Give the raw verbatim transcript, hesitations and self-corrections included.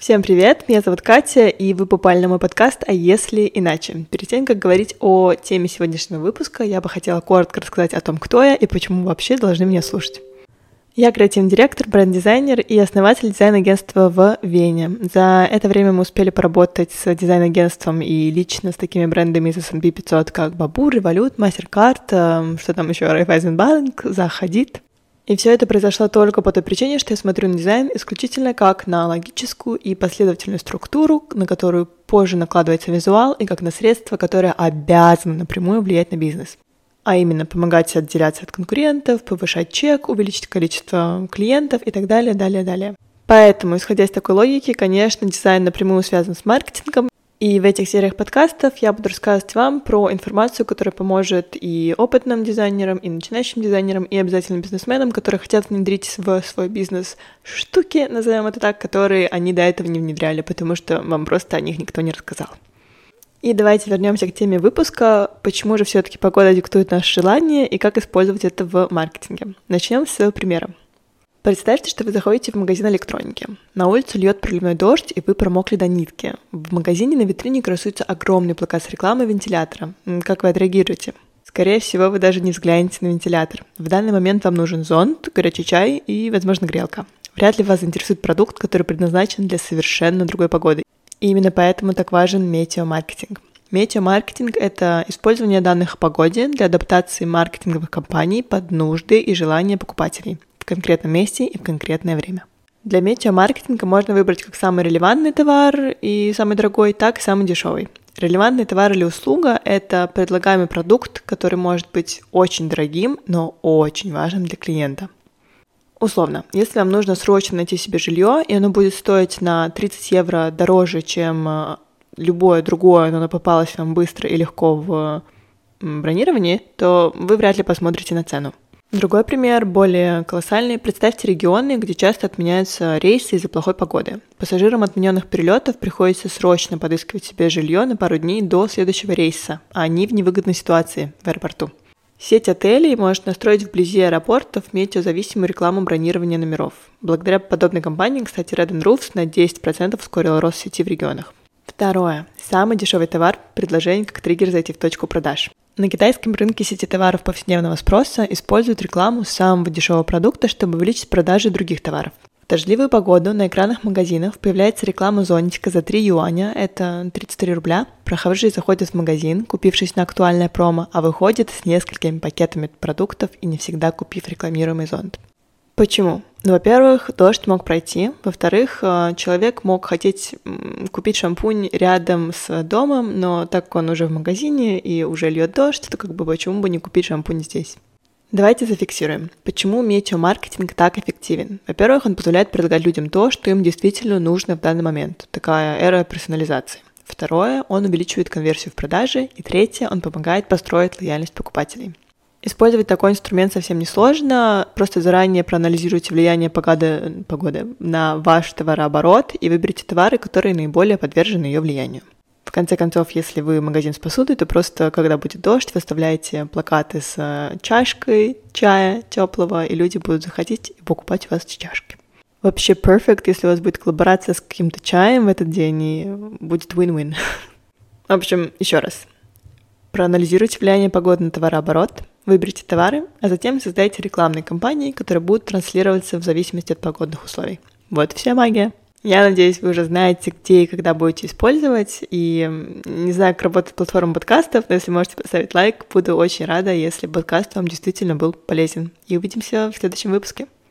Всем привет, меня зовут Катя, и вы попали на мой подкаст «А если иначе?». Перед тем, как говорить о теме сегодняшнего выпуска, я бы хотела коротко рассказать о том, кто я и почему вообще должны меня слушать. Я креативный директор, бренд-дизайнер и основатель дизайн-агентства в Вене. За это время мы успели поработать с дизайн-агентством и лично с такими брендами из эс энд пи пятьсот, как Бабур, Revolut, MasterCard, что там еще, Райфайзенбанк, Заходит. И все это произошло только по той причине, что я смотрю на дизайн исключительно как на логическую и последовательную структуру, на которую позже накладывается визуал, и как на средство, которое обязано напрямую влиять на бизнес. А именно помогать отделяться от конкурентов, повышать чек, увеличить количество клиентов и так далее, далее, далее. Поэтому, исходя из такой логики, конечно, дизайн напрямую связан с маркетингом, и в этих сериях подкастов я буду рассказывать вам про информацию, которая поможет и опытным дизайнерам, и начинающим дизайнерам, и обязательно бизнесменам, которые хотят внедрить в свой бизнес штуки, назовем это так, которые они до этого не внедряли, потому что вам просто о них никто не рассказал. И давайте вернемся к теме выпуска, почему же все-таки погода диктует наше желание и как использовать это в маркетинге. Начнем с примера. Представьте, что вы заходите в магазин электроники. На улицу льет проливной дождь, и вы промокли до нитки. В магазине на витрине красуется огромный плакат с рекламой вентилятора. Как вы отреагируете? Скорее всего, вы даже не взглянете на вентилятор. В данный момент вам нужен зонт, горячий чай и, возможно, грелка. Вряд ли вас заинтересует продукт, который предназначен для совершенно другой погоды. И именно поэтому так важен метеомаркетинг. Метеомаркетинг — это использование данных о погоде для адаптации маркетинговых кампаний под нужды и желания покупателей в конкретном месте и в конкретное время. Для метеомаркетинга можно выбрать как самый релевантный товар и самый дорогой, так и самый дешевый. Релевантный товар или услуга — это предлагаемый продукт, который может быть очень дорогим, но очень важным для клиента. Условно, если вам нужно срочно найти себе жилье, и оно будет стоить на тридцать евро дороже, чем любое другое, но оно попалось вам быстро и легко в бронировании, то вы вряд ли посмотрите на цену. Другой пример, более колоссальный. Представьте регионы, где часто отменяются рейсы из-за плохой погоды. Пассажирам отмененных перелетов приходится срочно подыскивать себе жилье на пару дней до следующего рейса, а они в невыгодной ситуации в аэропорту. Сеть отелей может настроить вблизи аэропортов метеозависимую рекламу бронирования номеров. Благодаря подобной кампании, кстати, Red энд Roofs на десять процентов ускорил рост сети в регионах. Второе. Самый дешевый товар – предложение как триггер зайти в точку продаж. На китайском рынке сети товаров повседневного спроса используют рекламу самого дешевого продукта, чтобы увеличить продажи других товаров. В дождливую погоду на экранах магазинов появляется реклама зонтика за три юаня, это тридцать три рубля. Прохожие заходят в магазин, купившись на актуальное промо, а выходят с несколькими пакетами продуктов и не всегда купив рекламируемый зонт. Почему? Ну, во-первых, дождь мог пройти. Во-вторых, человек мог хотеть купить шампунь рядом с домом, но так как он уже в магазине и уже льет дождь, то как бы почему бы не купить шампунь здесь? Давайте зафиксируем, почему метеомаркетинг так эффективен. Во-первых, он позволяет предлагать людям то, что им действительно нужно в данный момент. Такая эра персонализации. Второе, он увеличивает конверсию в продаже. И третье, он помогает построить лояльность покупателей. Использовать такой инструмент совсем не сложно, просто заранее проанализируйте влияние погоды, погоды на ваш товарооборот и выберите товары, которые наиболее подвержены ее влиянию. В конце концов, если вы магазин с посудой, то просто, когда будет дождь, выставляете плакаты с чашкой чая теплого, и люди будут заходить и покупать у вас эти чашки. Вообще perfect, если у вас будет коллаборация с каким-то чаем в этот день, и будет win-win. В общем, еще раз. Проанализируйте влияние погоды на товарооборот, выберите товары, а затем создайте рекламные кампании, которые будут транслироваться в зависимости от погодных условий. Вот и вся магия. Я надеюсь, вы уже знаете, где и когда будете использовать, и не знаю, как работает платформа подкастов, но если можете поставить лайк, буду очень рада, если подкаст вам действительно был полезен. И увидимся в следующем выпуске.